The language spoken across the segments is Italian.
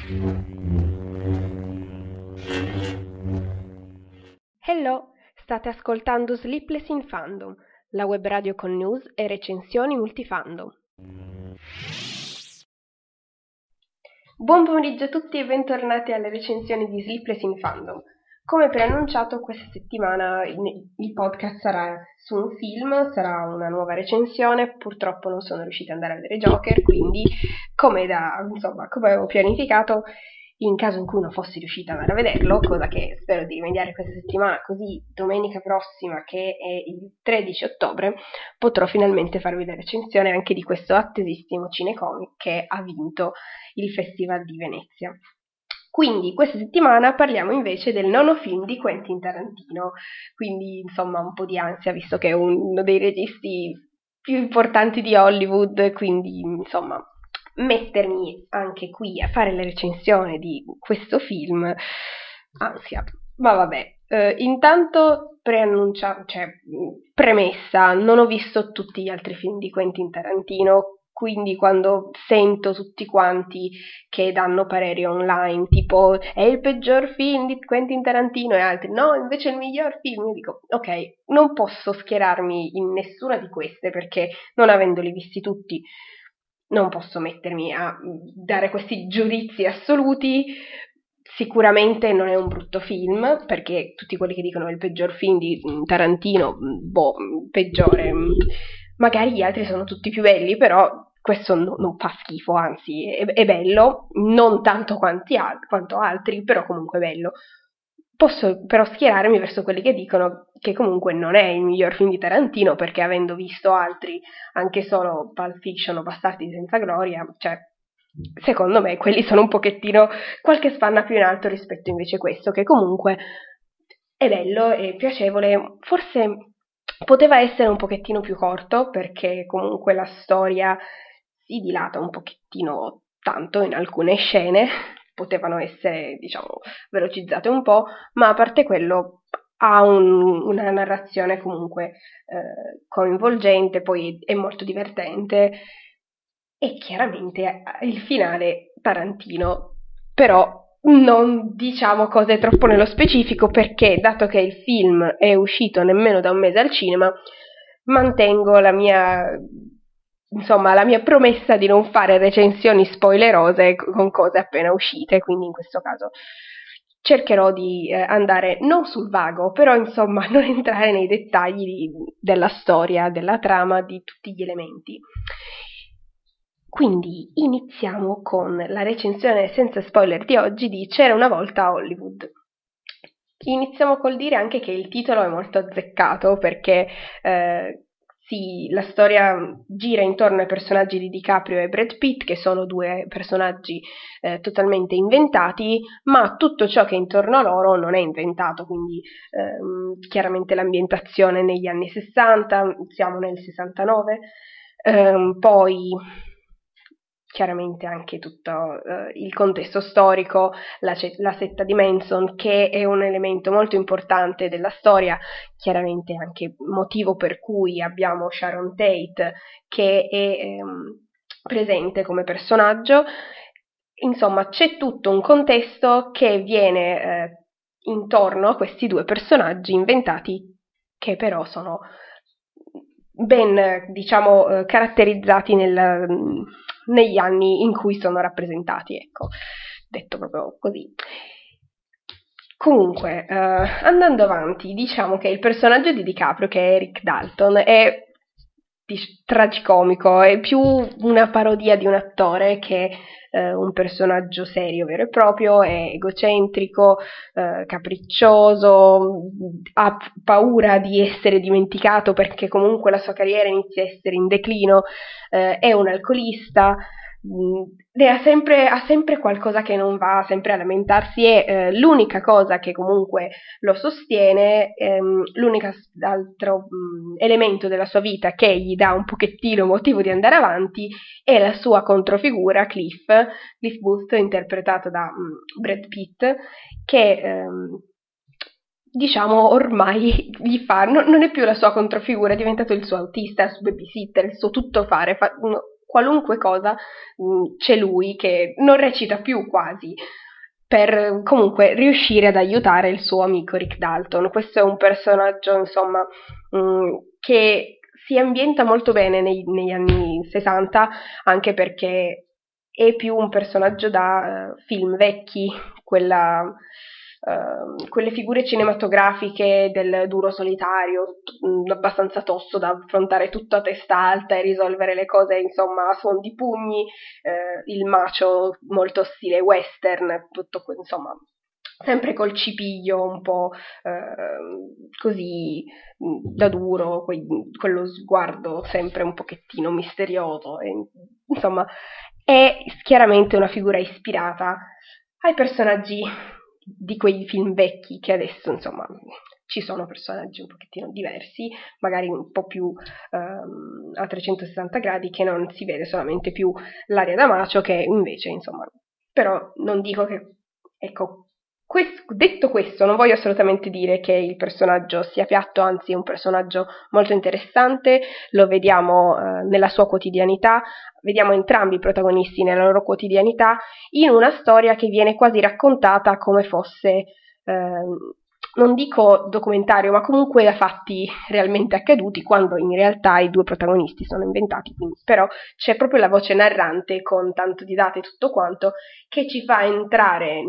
Hello, state ascoltando Sleepless in Fandom, la web radio con news e recensioni multifandom. Buon pomeriggio a tutti e bentornati alle recensioni di Sleepless in Fandom. Come preannunciato, questa settimana il podcast sarà su un film, sarà una nuova recensione. Purtroppo non sono riuscita ad andare a vedere Joker, quindi come avevo pianificato, in caso in cui non fossi riuscita ad andare a vederlo, cosa che spero di rimediare questa settimana, così domenica prossima, che è il 13 ottobre, potrò finalmente farvi la recensione anche di questo attesissimo cinecomic che ha vinto il Festival di Venezia. Quindi questa settimana parliamo invece del nono film di Quentin Tarantino, quindi insomma un po' di ansia visto che è uno dei registi più importanti di Hollywood, quindi insomma mettermi anche qui a fare la recensione di questo film, ansia, ma vabbè. Intanto premessa, non ho visto tutti gli altri film di Quentin Tarantino, quindi quando sento tutti quanti che danno pareri online, tipo è il peggior film di Quentin Tarantino e altri, no, invece è il miglior film, io dico, ok, non posso schierarmi in nessuna di queste perché non avendoli visti tutti non posso mettermi a dare questi giudizi assoluti. Sicuramente non è un brutto film, perché tutti quelli che dicono è il peggior film di Tarantino, peggiore, magari gli altri sono tutti più belli, però questo non fa schifo, anzi è bello, non tanto quanto altri, però comunque bello. Posso però schierarmi verso quelli che dicono che comunque non è il miglior film di Tarantino, perché avendo visto altri, anche solo Pulp Fiction o Bastardi senza gloria, cioè secondo me quelli sono un pochettino qualche spanna più in alto rispetto invece a questo, che comunque è bello e piacevole. Forse poteva essere un pochettino più corto, perché comunque la storia si dilata un pochettino tanto in alcune scene, potevano essere, diciamo, velocizzate un po', ma a parte quello ha una narrazione comunque coinvolgente, poi è molto divertente e chiaramente il finale Tarantino, però non diciamo cose troppo nello specifico perché, dato che il film è uscito nemmeno da un mese al cinema, mantengo la mia promessa di non fare recensioni spoilerose con cose appena uscite, quindi in questo caso cercherò di andare non sul vago, però insomma non entrare nei dettagli della storia, della trama, di tutti gli elementi. Quindi iniziamo con la recensione senza spoiler di oggi di C'era una volta a Hollywood. Iniziamo col dire anche che il titolo è molto azzeccato perché sì, la storia gira intorno ai personaggi di DiCaprio e Brad Pitt, che sono due personaggi totalmente inventati, ma tutto ciò che è intorno a loro non è inventato, quindi chiaramente l'ambientazione negli anni 60, siamo nel 69, poi chiaramente anche tutto il contesto storico, la setta di Manson, che è un elemento molto importante della storia, chiaramente anche motivo per cui abbiamo Sharon Tate che è presente come personaggio. Insomma, c'è tutto un contesto che viene intorno a questi due personaggi inventati, che però sono ben, diciamo, caratterizzati negli anni in cui sono rappresentati, ecco, detto proprio così. Comunque, andando avanti, diciamo che il personaggio di DiCaprio, che è Rick Dalton, è tragicomico, è più una parodia di un attore che un personaggio serio vero e proprio, è egocentrico, capriccioso, ha paura di essere dimenticato perché comunque la sua carriera inizia a essere in declino, è un alcolista, ha sempre qualcosa che non va, sempre a lamentarsi e l'unica cosa che comunque lo sostiene, l'unico altro elemento della sua vita che gli dà un pochettino motivo di andare avanti è la sua controfigura Cliff Booth, interpretato da Brad Pitt, che diciamo ormai gli fa, non è più la sua controfigura, è diventato il suo autista, il suo babysitter, il suo tuttofare, qualunque cosa c'è lui che non recita più quasi, per comunque riuscire ad aiutare il suo amico Rick Dalton. Questo è un personaggio, insomma, che si ambienta molto bene negli anni 60, anche perché è più un personaggio da film vecchi, quelle figure cinematografiche del duro solitario, abbastanza tosto da affrontare tutto a testa alta e risolvere le cose, insomma, a suon di pugni, il macio molto stile western, tutto insomma, sempre col cipiglio un po' così da duro, quello sguardo sempre un pochettino misterioso, insomma, è chiaramente una figura ispirata ai personaggi di quei film vecchi, che adesso, insomma, ci sono personaggi un pochettino diversi, magari un po' più a 360 gradi, che non si vede solamente più l'aria da macio, che invece, insomma, però non dico che, ecco, detto questo, non voglio assolutamente dire che il personaggio sia piatto, anzi è un personaggio molto interessante, lo vediamo nella sua quotidianità, vediamo entrambi i protagonisti nella loro quotidianità, in una storia che viene quasi raccontata come fosse, non dico documentario, ma comunque da fatti realmente accaduti, quando in realtà i due protagonisti sono inventati, quindi, però c'è proprio la voce narrante con tanto di date e tutto quanto, che ci fa entrare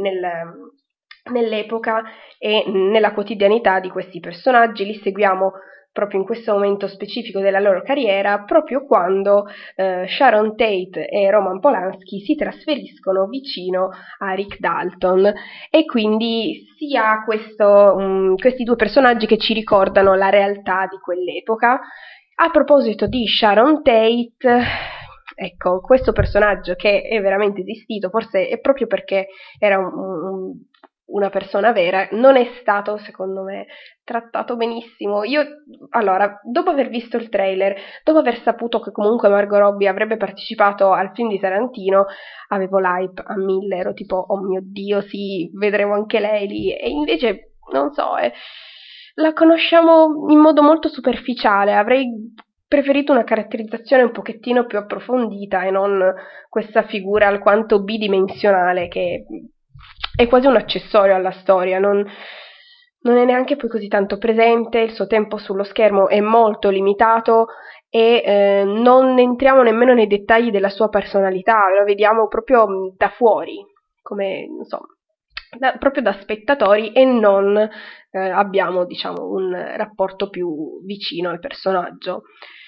nell'epoca e nella quotidianità di questi personaggi. Li seguiamo proprio in questo momento specifico della loro carriera, proprio quando Sharon Tate e Roman Polanski si trasferiscono vicino a Rick Dalton, e quindi si ha questi due personaggi che ci ricordano la realtà di quell'epoca. A proposito di Sharon Tate, ecco, questo personaggio che è veramente esistito, forse è proprio perché era una persona vera, non è stato, secondo me, trattato benissimo. Io, allora, dopo aver visto il trailer, dopo aver saputo che comunque Margot Robbie avrebbe partecipato al film di Tarantino, avevo l'hype a 1000, ero tipo, oh mio Dio, sì, vedremo anche lei lì, e invece, non so, la conosciamo in modo molto superficiale, avrei preferito una caratterizzazione un pochettino più approfondita e non questa figura alquanto bidimensionale che è quasi un accessorio alla storia, non è neanche poi così tanto presente, il suo tempo sullo schermo è molto limitato e non entriamo nemmeno nei dettagli della sua personalità, lo vediamo proprio da fuori, come, non so, proprio da spettatori, e non abbiamo, diciamo, un rapporto più vicino al personaggio.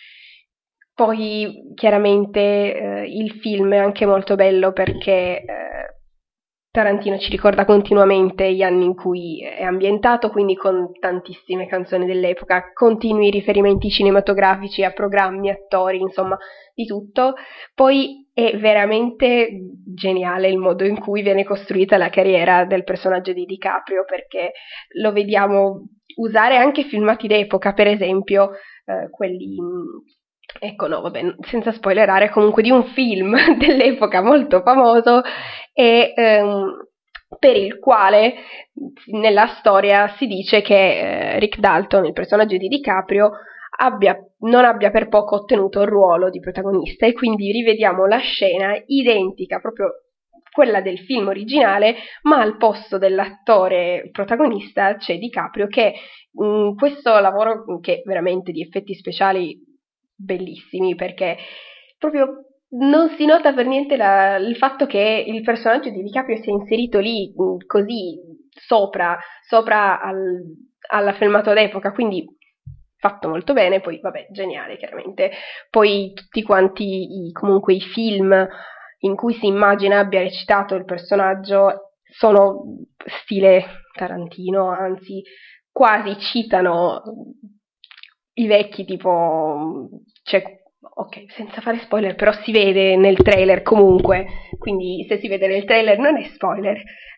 Poi chiaramente il film è anche molto bello perché Tarantino ci ricorda continuamente gli anni in cui è ambientato, quindi con tantissime canzoni dell'epoca, continui riferimenti cinematografici a programmi, attori, insomma, di tutto. Poi è veramente geniale il modo in cui viene costruita la carriera del personaggio di DiCaprio, perché lo vediamo usare anche filmati d'epoca, per esempio quelli... Ecco, no, vabbè, senza spoilerare, comunque di un film dell'epoca molto famoso e per il quale nella storia si dice che Rick Dalton, il personaggio di DiCaprio, non abbia per poco ottenuto il ruolo di protagonista, e quindi rivediamo la scena identica, proprio quella del film originale, ma al posto dell'attore protagonista c'è DiCaprio, che questo lavoro, che veramente di effetti speciali bellissimi, perché proprio non si nota per niente il fatto che il personaggio di DiCaprio sia inserito lì così sopra alla filmato d'epoca, quindi fatto molto bene. Poi vabbè, geniale chiaramente. Poi tutti quanti comunque i film in cui si immagina abbia recitato il personaggio sono stile Tarantino, anzi quasi citano i vecchi, tipo, cioè, ok, senza fare spoiler, però si vede nel trailer comunque, quindi se si vede nel trailer non è spoiler,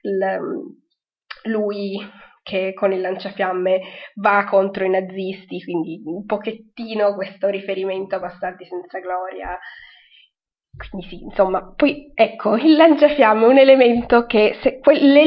lui che con il lanciafiamme va contro i nazisti, quindi un pochettino questo riferimento a Bastardi senza gloria. Quindi sì, insomma, poi ecco, il lanciafiamme è un elemento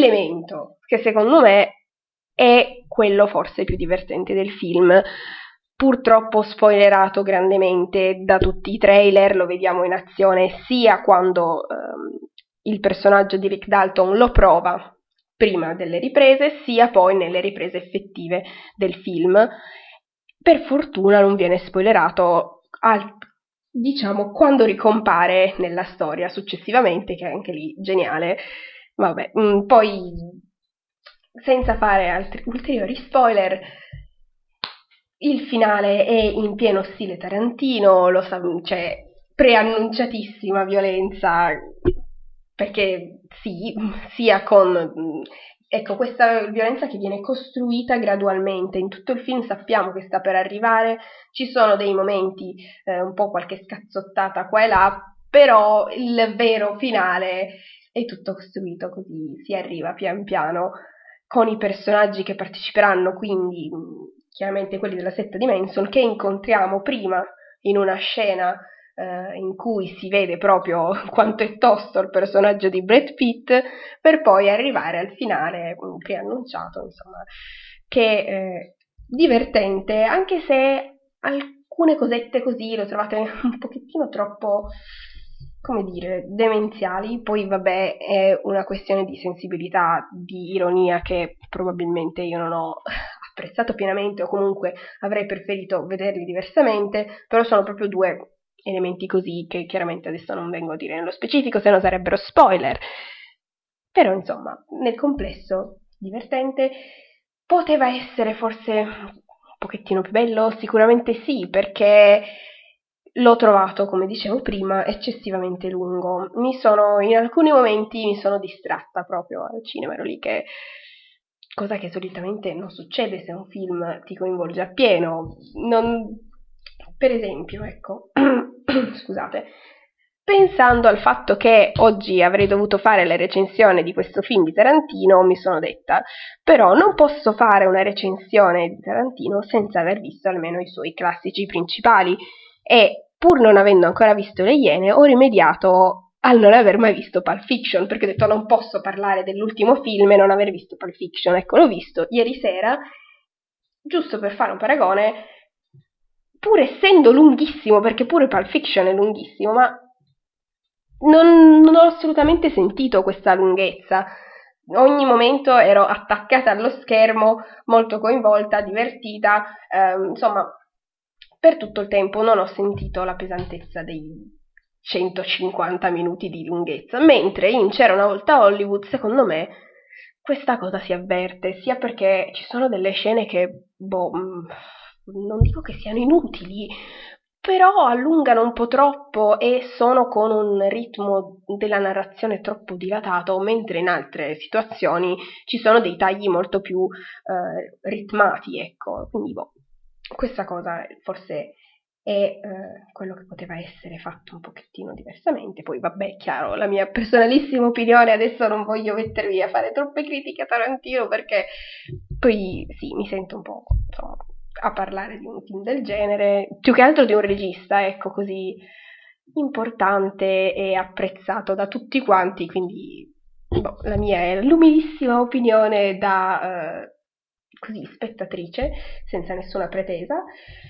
l'elemento che secondo me è quello forse più divertente del film. purtroppo spoilerato grandemente da tutti i trailer, lo vediamo in azione sia quando il personaggio di Rick Dalton lo prova prima delle riprese, sia poi nelle riprese effettive del film. Per fortuna non viene spoilerato diciamo quando ricompare nella storia successivamente, che è anche lì geniale. Vabbè, poi senza fare altri ulteriori spoiler, il finale è in pieno stile Tarantino, c'è preannunciatissima violenza, perché sì, sia con ecco, questa violenza che viene costruita gradualmente, in tutto il film sappiamo che sta per arrivare, ci sono dei momenti, un po' qualche scazzottata qua e là, però il vero finale è tutto costruito così, si arriva pian piano con i personaggi che parteciperanno, quindi chiaramente quelli della setta di Manson, che incontriamo prima in una scena in cui si vede proprio quanto è tosto il personaggio di Brad Pitt, per poi arrivare al finale preannunciato, insomma, che è divertente, anche se alcune cosette così lo trovate un pochettino troppo, come dire, demenziali. Poi vabbè, è una questione di sensibilità, di ironia che probabilmente io non ho apprezzato pienamente, o comunque avrei preferito vederli diversamente, però sono proprio due elementi così che chiaramente adesso non vengo a dire nello specifico, se no sarebbero spoiler. Però insomma, nel complesso divertente. Poteva essere forse un pochettino più bello? Sicuramente sì, perché l'ho trovato, come dicevo prima, eccessivamente lungo. In alcuni momenti mi sono distratta proprio al cinema, ero lì che, cosa che solitamente non succede se un film ti coinvolge appieno. Per esempio, ecco, scusate, pensando al fatto che oggi avrei dovuto fare la recensione di questo film di Tarantino, mi sono detta, però non posso fare una recensione di Tarantino senza aver visto almeno i suoi classici principali, e pur non avendo ancora visto Le Iene ho rimediato al non aver mai visto Pulp Fiction, perché ho detto non posso parlare dell'ultimo film e non aver visto Pulp Fiction. Ecco, l'ho visto ieri sera, giusto per fare un paragone, pur essendo lunghissimo, perché pure Pulp Fiction è lunghissimo, ma non ho assolutamente sentito questa lunghezza. Ogni momento ero attaccata allo schermo, molto coinvolta, divertita, insomma, per tutto il tempo non ho sentito la pesantezza dei 150 minuti di lunghezza, mentre in C'era una volta Hollywood, secondo me, questa cosa si avverte, sia perché ci sono delle scene che, non dico che siano inutili, però allungano un po' troppo e sono con un ritmo della narrazione troppo dilatato, mentre in altre situazioni ci sono dei tagli molto più ritmati, ecco. Quindi questa cosa forse è quello che poteva essere fatto un pochettino diversamente. Poi vabbè, chiaro, la mia personalissima opinione, adesso non voglio mettermi a fare troppe critiche a Tarantino, perché poi sì, mi sento un po', insomma, a parlare di un film del genere, più che altro di un regista, ecco, così importante e apprezzato da tutti quanti, quindi la mia è l'umilissima opinione da così spettatrice, senza nessuna pretesa.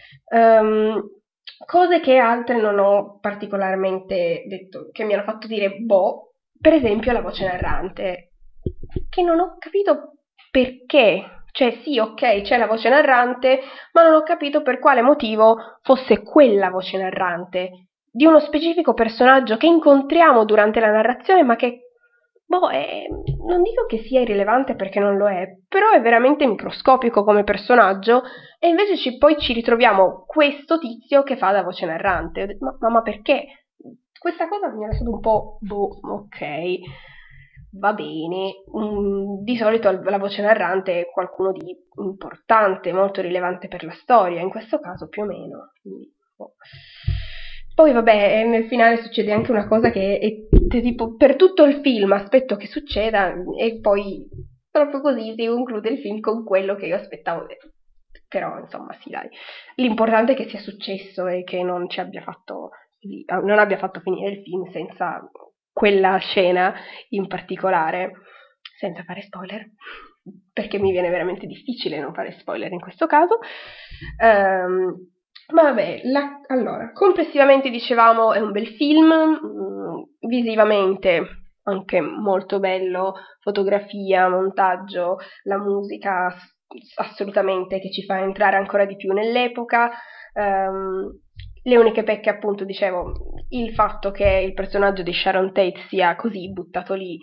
Cose che altre non ho particolarmente detto, che mi hanno fatto dire per esempio la voce narrante, che non ho capito perché. Cioè sì, ok, c'è la voce narrante, ma non ho capito per quale motivo fosse quella voce narrante di uno specifico personaggio che incontriamo durante la narrazione, ma che, non dico che sia irrilevante perché non lo è, però è veramente microscopico come personaggio, e invece poi ci ritroviamo questo tizio che fa la voce narrante. Ho detto, ma perché? Questa cosa mi ha lasciato un po', ok, va bene. Di solito la voce narrante è qualcuno di importante, molto rilevante per la storia, in questo caso più o meno. Quindi, Poi vabbè, nel finale succede anche una cosa che è tipo per tutto il film aspetto che succeda, e poi proprio così si conclude il film con quello che io aspettavo. Però insomma sì, dai, l'importante è che sia successo e che non ci abbia fatto non abbia fatto finire il film senza quella scena in particolare, senza fare spoiler. perché mi viene veramente difficile non fare spoiler in questo caso. Ma vabbè, allora, complessivamente dicevamo è un bel film, visivamente anche molto bello, fotografia, montaggio, la musica assolutamente che ci fa entrare ancora di più nell'epoca. Le uniche pecche, appunto, dicevo, il fatto che il personaggio di Sharon Tate sia così buttato lì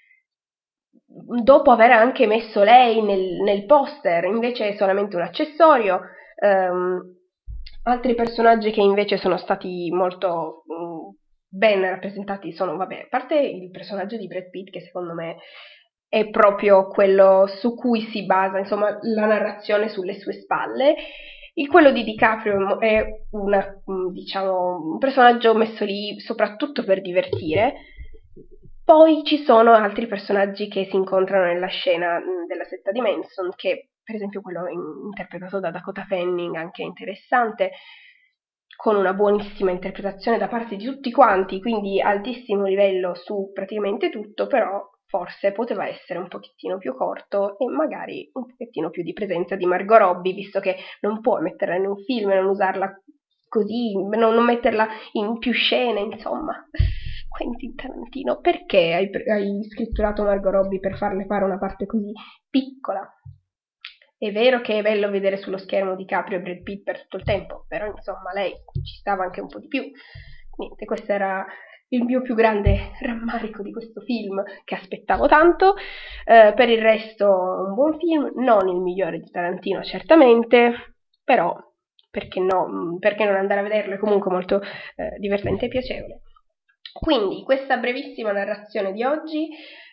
dopo aver anche messo lei nel poster, invece è solamente un accessorio. Altri personaggi che invece sono stati molto ben rappresentati sono, vabbè, a parte il personaggio di Brad Pitt, che secondo me è proprio quello su cui si basa, insomma, la narrazione sulle sue spalle. Quello di DiCaprio è diciamo, un personaggio messo lì soprattutto per divertire. Poi ci sono altri personaggi che si incontrano nella scena della setta di Manson, che per esempio quello interpretato da Dakota Fanning, anche interessante, con una buonissima interpretazione da parte di tutti quanti, quindi altissimo livello su praticamente tutto, però forse poteva essere un pochettino più corto e magari un pochettino più di presenza di Margot Robbie, visto che non puoi metterla in un film e non usarla così, non metterla in più scene, insomma. Quentin Tarantino, perché hai scritturato Margot Robbie per farle fare una parte così piccola? È vero che è bello vedere sullo schermo DiCaprio e Brad Pitt per tutto il tempo, però insomma lei ci stava anche un po' di più. Niente, questo era il mio più grande rammarico di questo film, che aspettavo tanto. Per il resto un buon film, non il migliore di Tarantino certamente, però perché no, perché non andare a vederlo, è comunque molto divertente e piacevole. Quindi questa brevissima narrazione di oggi,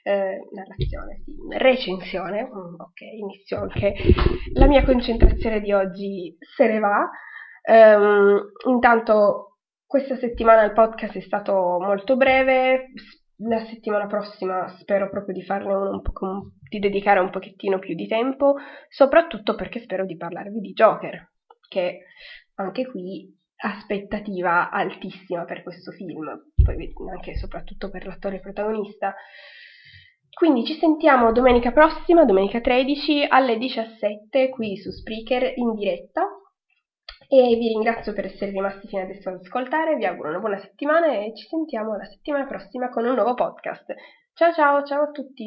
recensione, ok, inizio anche la mia concentrazione di oggi, se ne va. Intanto questa settimana il podcast è stato molto breve, la settimana prossima spero proprio di farne uno di dedicare un pochettino più di tempo, soprattutto perché spero di parlarvi di Joker, che anche qui aspettativa altissima per questo film, poi anche e soprattutto per l'attore protagonista. Quindi ci sentiamo domenica prossima, domenica 13 alle 17 qui su Spreaker in diretta, e vi ringrazio per essere rimasti fino adesso ad ascoltare, vi auguro una buona settimana e ci sentiamo la settimana prossima con un nuovo podcast. Ciao ciao, ciao a tutti!